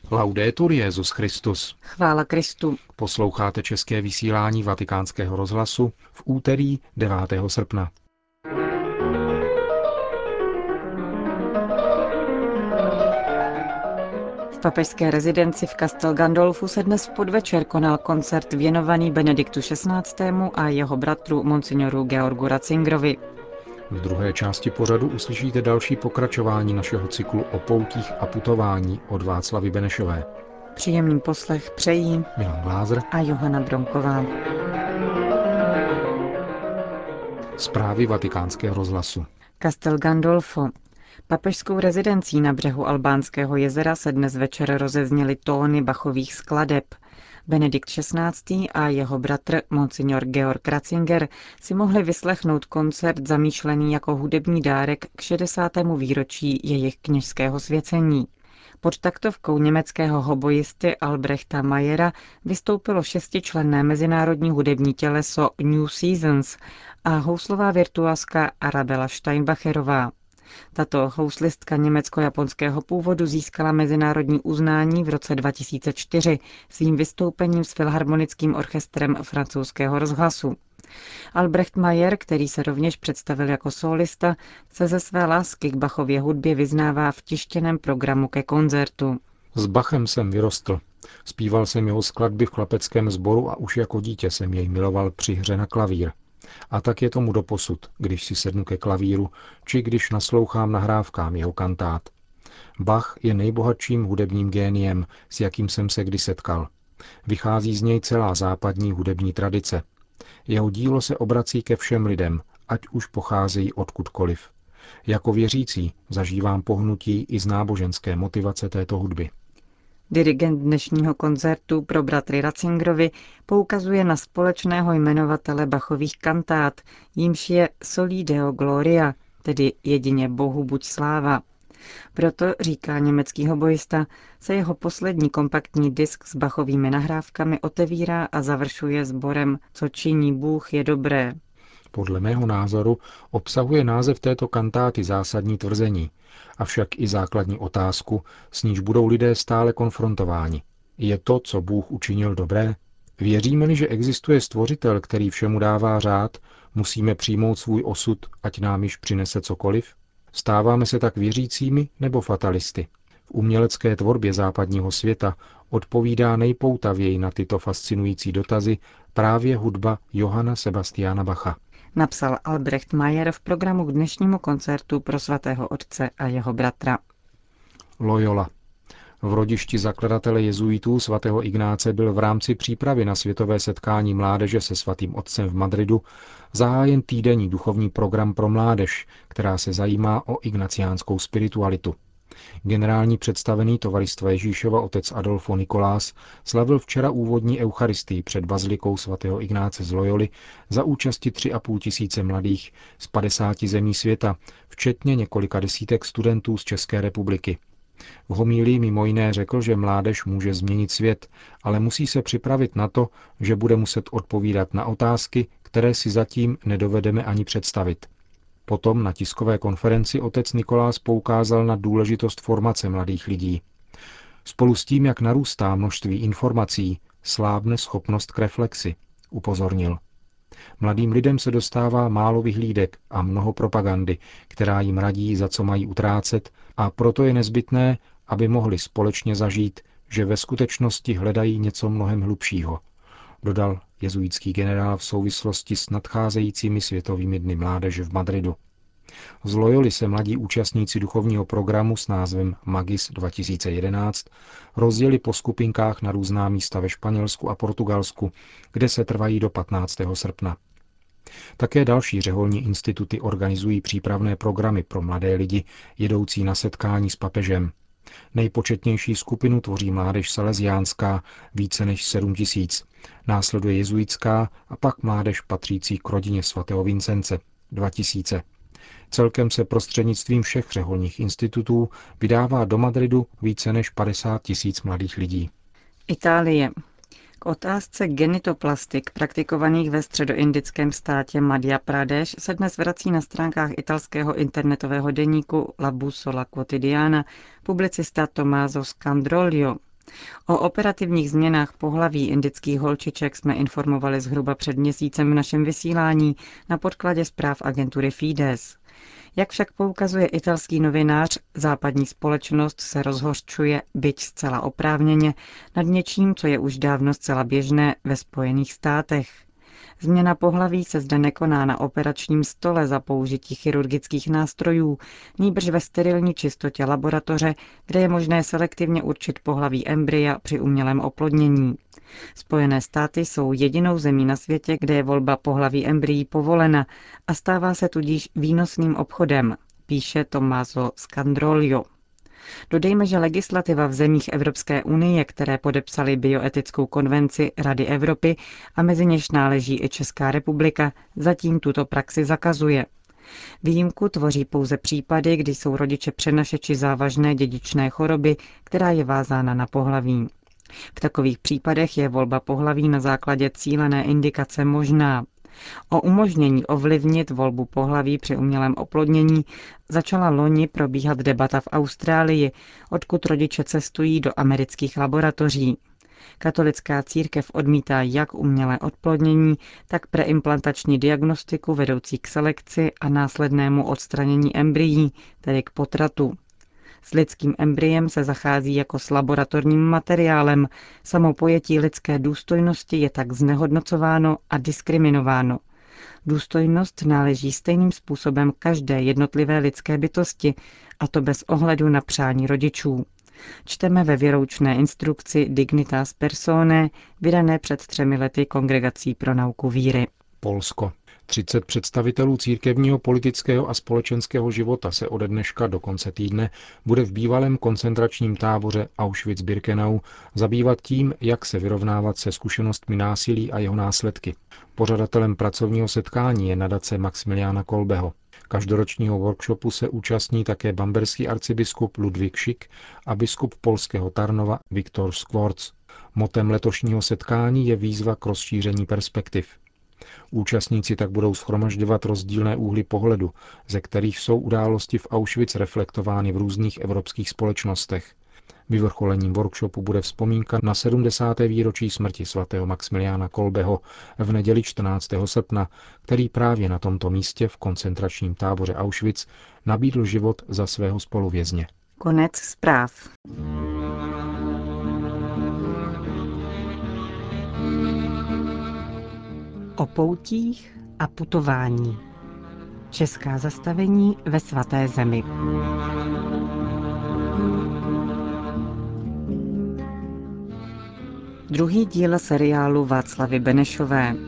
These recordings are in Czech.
Laudetur Jesus Christus. Chvála Kristu. Posloucháte české vysílání Vatikánského rozhlasu v úterý 9. srpna. V papežské rezidenci v Castel Gandolfu se dnes v podvečer konal koncert věnovaný Benediktu XVI. A jeho bratru monsignoru Georgu Ratzingerovi. V druhé části pořadu uslyšíte další pokračování našeho cyklu o poutích a putování od Václavy Benešové. Příjemný poslech přejí Milan Glázer a Johana Bronková. Zprávy Vatikánského rozhlasu. Castel Gandolfo. Papežskou rezidencí na břehu Albánského jezera se dnes večer rozezněly tóny Bachových skladeb. Benedikt XVI. A jeho bratr monsignor Georg Ratzinger si mohli vyslechnout koncert zamýšlený jako hudební dárek k 60. výročí jejich kněžského svěcení. Pod taktovkou německého hobojisty Albrechta Mayera vystoupilo 6členné mezinárodní hudební těleso New Seasons a houslová virtuáska Arabela Steinbacherová. Tato houslistka německo-japonského původu získala mezinárodní uznání v roce 2004 svým vystoupením s Filharmonickým orchestrem francouzského rozhlasu. Albrecht Mayer, který se rovněž představil jako sólista, se ze své lásky k Bachově hudbě vyznává v tištěném programu ke koncertu. S Bachem jsem vyrostl. Zpíval jsem jeho skladby v chlapeckém sboru a už jako dítě jsem jej miloval při hře na klavír. A tak je tomu doposud, když si sednu ke klavíru, či když naslouchám nahrávkám jeho kantát. Bach je nejbohatším hudebním géniem, s jakým jsem se kdy setkal. Vychází z něj celá západní hudební tradice. Jeho dílo se obrací ke všem lidem, ať už pocházejí odkudkoliv. Jako věřící zažívám pohnutí i z náboženské motivace této hudby. Dirigent dnešního koncertu pro bratry Ratzingerovi poukazuje na společného jmenovatele Bachových kantát, jímž je Soli Deo Gloria, tedy jedině Bohu buď sláva. Proto, říká německý hobojista, se jeho poslední kompaktní disk s Bachovými nahrávkami otevírá a završuje sborem Co činí Bůh je dobré. Podle mého názoru obsahuje název této kantáty zásadní tvrzení, avšak i základní otázku, s níž budou lidé stále konfrontováni. Je to, co Bůh učinil, dobré? Věříme-li, že existuje stvořitel, který všemu dává řád, musíme přijmout svůj osud, ať nám již přinese cokoliv? Stáváme se tak věřícími nebo fatalisty? V umělecké tvorbě západního světa odpovídá nejpoutavěji na tyto fascinující dotazy právě hudba Johanna Sebastiana Bacha. Napsal Albrecht Mayer v programu k dnešnímu koncertu pro svatého otce a jeho bratra. Loyola. V rodišti zakladatele jezuitů svatého Ignáce byl v rámci přípravy na světové setkání mládeže se svatým otcem v Madridu zahájen týdenní duchovní program pro mládež, která se zajímá o ignaciánskou spiritualitu. Generální představený Tovaristva Ježíšova otec Adolfo Nikolás slavil včera úvodní eucharistii před bazilikou svatého Ignáce z Loyoli za účasti 3,5 tisíce mladých z 50 zemí světa, včetně několika desítek studentů z České republiky. V homílii mimo jiné řekl, že mládež může změnit svět, ale musí se připravit na to, že bude muset odpovídat na otázky, které si zatím nedovedeme ani představit. Potom na tiskové konferenci otec Nikolás poukázal na důležitost formace mladých lidí. Spolu s tím, jak narůstá množství informací, slábne schopnost k reflexi, upozornil. Mladým lidem se dostává málo vyhlídek a mnoho propagandy, která jim radí, za co mají utrácet, a proto je nezbytné, aby mohli společně zažít, že ve skutečnosti hledají něco mnohem hlubšího, dodal jezuitský generál v souvislosti s nadcházejícími světovými dny mládeže v Madridu. Z Loyoli se mladí účastníci duchovního programu s názvem Magis 2011 rozdělili po skupinkách na různá místa ve Španělsku a Portugalsku, kde se trvají do 15. srpna. Také další řeholní instituty organizují přípravné programy pro mladé lidi, jedoucí na setkání s papežem. Nejpočetnější skupinu tvoří mládež salesiánská, více než 7 000. Následuje jezuitská a pak mládež patřící k rodině svatého Vincence, 2 000. Celkem se prostřednictvím všech řeholních institutů vydává do Madridu více než 50 000 mladých lidí. Itálie. K otázce genitoplastik praktikovaných ve středoindickém státě Madhya Pradesh se dnes vrací na stránkách italského internetového deníku La Bussola Quotidiana publicista Tommaso Scandroglio. O operativních změnách pohlaví indických holčiček jsme informovali zhruba před měsícem v našem vysílání na podkladě zpráv agentury Fides. Jak však poukazuje italský novinář, západní společnost se rozhořčuje, byť zcela oprávněně, nad něčím, co je už dávno zcela běžné ve Spojených státech. Změna pohlaví se zde nekoná na operačním stole za použití chirurgických nástrojů, nýbrž ve sterilní čistotě laboratoře, kde je možné selektivně určit pohlaví embrya při umělém oplodnění. Spojené státy jsou jedinou zemí na světě, kde je volba pohlaví embryí povolena a stává se tudíž výnosným obchodem, píše Tommaso Scandrolio. Dodejme, že legislativa v zemích Evropské unie, které podepsaly bioetickou konvenci Rady Evropy a mezi něž náleží i Česká republika, zatím tuto praxi zakazuje. Výjimku tvoří pouze případy, kdy jsou rodiče přenašeči závažné dědičné choroby, která je vázána na pohlaví. V takových případech je volba pohlaví na základě cílené indikace možná. O umožnění ovlivnit volbu pohlaví při umělém oplodnění začala loni probíhat debata v Austrálii, odkud rodiče cestují do amerických laboratoří. Katolická církev odmítá jak umělé oplodnění, tak preimplantační diagnostiku vedoucí k selekci a následnému odstranění embryí, tedy k potratu. S lidským embryem se zachází jako s laboratorním materiálem, samo pojetí lidské důstojnosti je tak znehodnocováno a diskriminováno. Důstojnost náleží stejným způsobem každé jednotlivé lidské bytosti, a to bez ohledu na přání rodičů. Čteme ve věroučné instrukci Dignitas Personae, vydané před 3 lety Kongregací pro nauku víry. Polsko. 30 představitelů církevního, politického a společenského života se ode dneška do konce týdne bude v bývalém koncentračním táboře Auschwitz-Birkenau zabývat tím, jak se vyrovnávat se zkušenostmi násilí a jeho následky. Pořadatelem pracovního setkání je nadace Maximiliána Kolbeho. Každoročního workshopu se účastní také bamberský arcibiskup Ludvík Šik a biskup polského Tarnova Viktor Skvorc. Motem letošního setkání je výzva k rozšíření perspektiv. Účastníci tak budou shromažďovat rozdílné úhly pohledu, ze kterých jsou události v Auschwitz reflektovány v různých evropských společnostech. Vyvrcholením workshopu bude vzpomínka na 70. výročí smrti svatého Maximiliána Kolbeho v neděli 14. srpna, který právě na tomto místě v koncentračním táboře Auschwitz nabídl život za svého spoluvězně. Konec zpráv. O poutích a putování. Česká zastavení ve Svaté zemi. Druhý díl seriálu Václavy Benešové.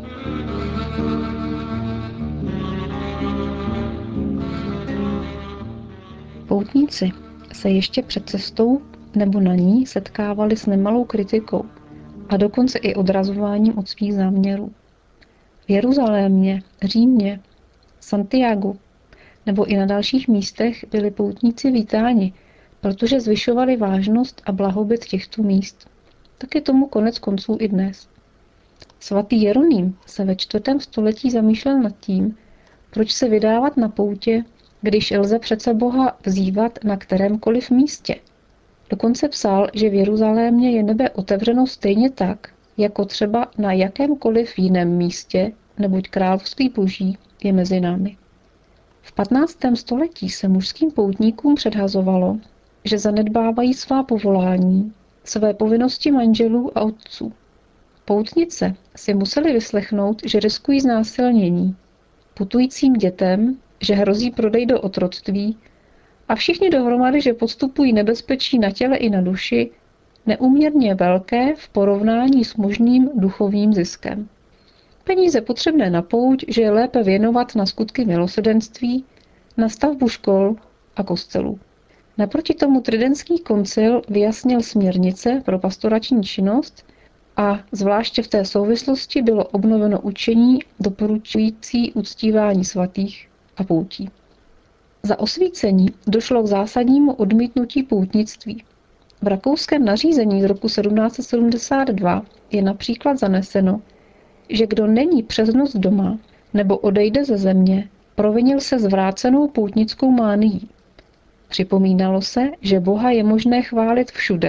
Poutníci se ještě před cestou nebo na ní setkávali s nemalou kritikou a dokonce i odrazováním od svých záměrů. V Jeruzalémě, Římě, Santiagu nebo i na dalších místech byli poutníci vítáni, protože zvyšovali vážnost a blahobyt těchto míst. Tak je tomu konec konců i dnes. Svatý Jeroným se ve 4. století zamýšlel nad tím, proč se vydávat na poutě, když lze přece Boha vzývat na kterémkoliv místě. Dokonce psal, že v Jeruzalémě je nebe otevřeno stejně tak, jako třeba na jakémkoliv jiném místě, neboť království boží je mezi námi. V 15. století se mužským poutníkům předhazovalo, že zanedbávají svá povolání, své povinnosti manželů a otců. Poutnice si museli vyslechnout, že riskují znásilnění, putujícím dětem, že hrozí prodej do otroctví a všichni dohromady, že podstupují nebezpečí na těle i na duši, neúměrně velké v porovnání s možným duchovním ziskem. Peníze potřebné na pouť, že je lépe věnovat na skutky milosrdenství, na stavbu škol a kostelů. Naproti tomu Tridentský koncil vyjasnil směrnice pro pastorační činnost a zvláště v té souvislosti bylo obnoveno učení doporučující uctívání svatých a poutí. Za osvícení došlo k zásadnímu odmítnutí poutnictví. V rakouském nařízení z roku 1772 je například zaneseno, že kdo není přes noc doma nebo odejde ze země, provinil se zvrácenou poutnickou mánií. Připomínalo se, že Boha je možné chválit všude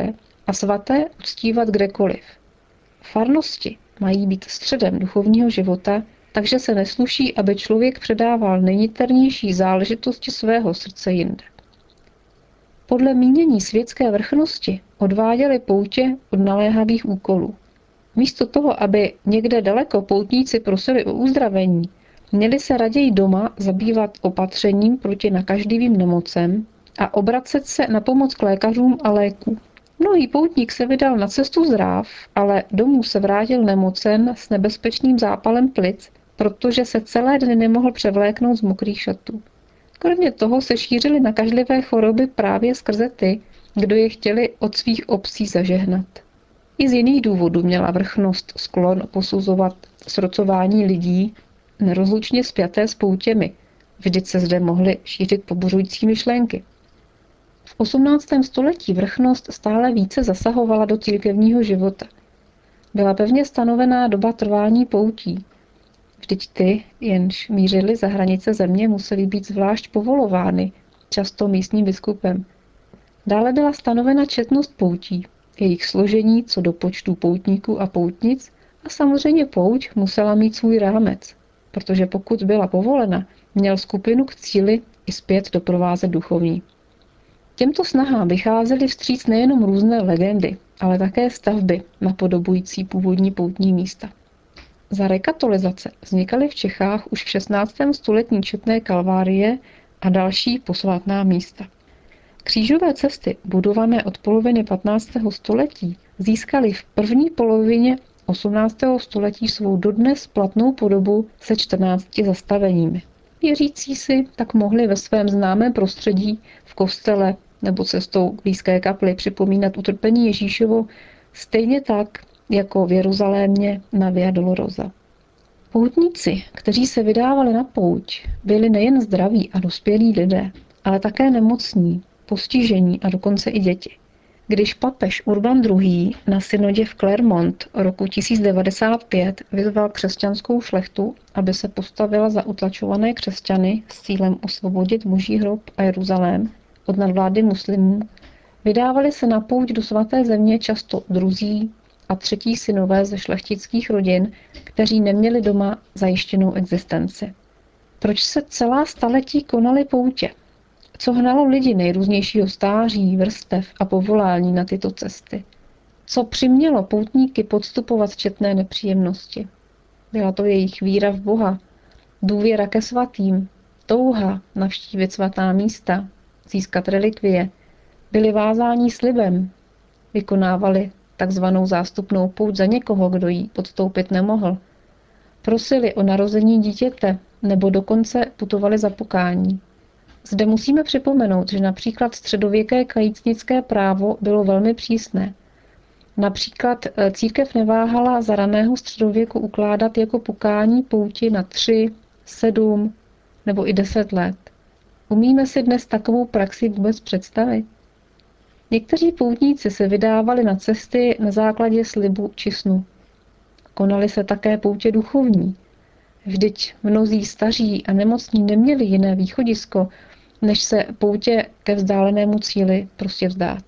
a svaté uctívat kdekoliv. Farnosti mají být středem duchovního života, takže se nesluší, aby člověk předával nejniternější záležitosti svého srdce jinde. Podle mínění světské vrchnosti odváděli poutě od naléhavých úkolů. Místo toho, aby někde daleko poutníci prosili o uzdravení, měli se raději doma zabývat opatřením proti nakažlivým nemocem a obracet se na pomoc k lékařům a léků. Mnohý poutník se vydal na cestu zdrav, ale domů se vrátil nemocen s nebezpečným zápalem plic, protože se celé dny nemohl převléknout z mokrých šatů. Kromě toho se šířily nakažlivé choroby právě skrze ty, kdo je chtěli od svých obcí zažehnat. I z jiných důvodů měla vrchnost sklon posuzovat srocování lidí nerozlučně spjaté s poutěmi. Vždyť se zde mohly šířit pobuřující myšlenky. V 18. století vrchnost stále více zasahovala do církevního života. Byla pevně stanovená doba trvání poutí. Vždyť ty, jenž mířily za hranice země, musely být zvlášť povolovány, často místním biskupem. Dále byla stanovena četnost poutí, jejich složení co do počtu poutníků a poutnic a samozřejmě pouť musela mít svůj rámec, protože pokud byla povolena, měl skupinu k cíli i zpět doprovázet duchovní. Těmto snahám vycházely vstříc nejenom různé legendy, ale také stavby napodobující původní poutní místa. Za rekatolizace vznikaly v Čechách už v 16. století četné kalvárie a další posvátná místa. Křížové cesty, budované od poloviny 15. století, získaly v první polovině 18. století svou dodnes platnou podobu se 14 zastaveními. Věřící si tak mohli ve svém známém prostředí v kostele nebo cestou k blízké kapli připomínat utrpení Ježíšovo stejně tak, jako v Jeruzalémě na Via Dolorosa. Poutníci, kteří se vydávali na pouť, byli nejen zdraví a dospělí lidé, ale také nemocní, postižení a dokonce i děti. Když papež Urban II. Na synodě v Clermont roku 1095 vyzval křesťanskou šlechtu, aby se postavila za utlačované křesťany s cílem osvobodit Boží hrob a Jeruzalém od nadvlády muslimů, vydávali se na pouť do svaté země často druzí a třetí synové ze šlechtických rodin, kteří neměli doma zajištěnou existenci. Proč se celá staletí konaly poutě? Co hnalo lidi nejrůznějšího stáří, vrstev a povolání na tyto cesty? Co přimělo poutníky podstupovat četné nepříjemnosti? Byla to jejich víra v Boha, důvěra ke svatým, touha navštívit svatá místa, získat relikvie, byli vázáni slibem, vykonávali takzvanou zástupnou pouť za někoho, kdo jí podstoupit nemohl, prosili o narození dítěte nebo dokonce putovali za pokání. Zde musíme připomenout, že například středověké kajícnické právo bylo velmi přísné. Například církev neváhala za raného středověku ukládat jako pokání pouti na 3, 7 nebo i 10 let. Umíme si dnes takovou praxi vůbec představit? Někteří poutníci se vydávali na cesty na základě slibu či snu. Konaly se také poutě duchovní. Vždyť mnozí staří a nemocní neměli jiné východisko, než se poutě ke vzdálenému cíli prostě vzdát.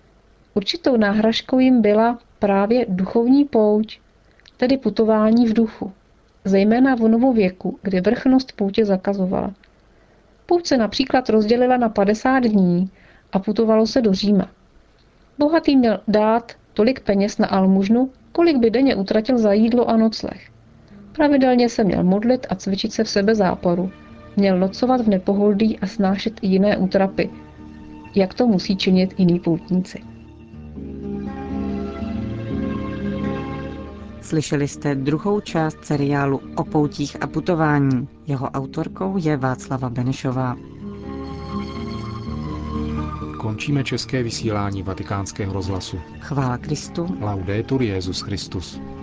Určitou náhražkou jim byla právě duchovní pouť, tedy putování v duchu, zejména v novověku, kdy vrchnost poutě zakazovala. Pouť se například rozdělila na 50 dní a putovalo se do Říma. Bohatý měl dát tolik peněz na almužnu, kolik by denně utratil za jídlo a nocleh. Pravidelně se měl modlit a cvičit se v sebezáporu. Měl nocovat v nepohodlí a snášet i jiné útrapy, jak to musí činit jiní poutníci. Slyšeli jste druhou část seriálu o poutích a putování. Jeho autorkou je Václava Benešová. Končíme české vysílání Vatikánského rozhlasu. Chvála Kristu. Laudetur Jesus Christus.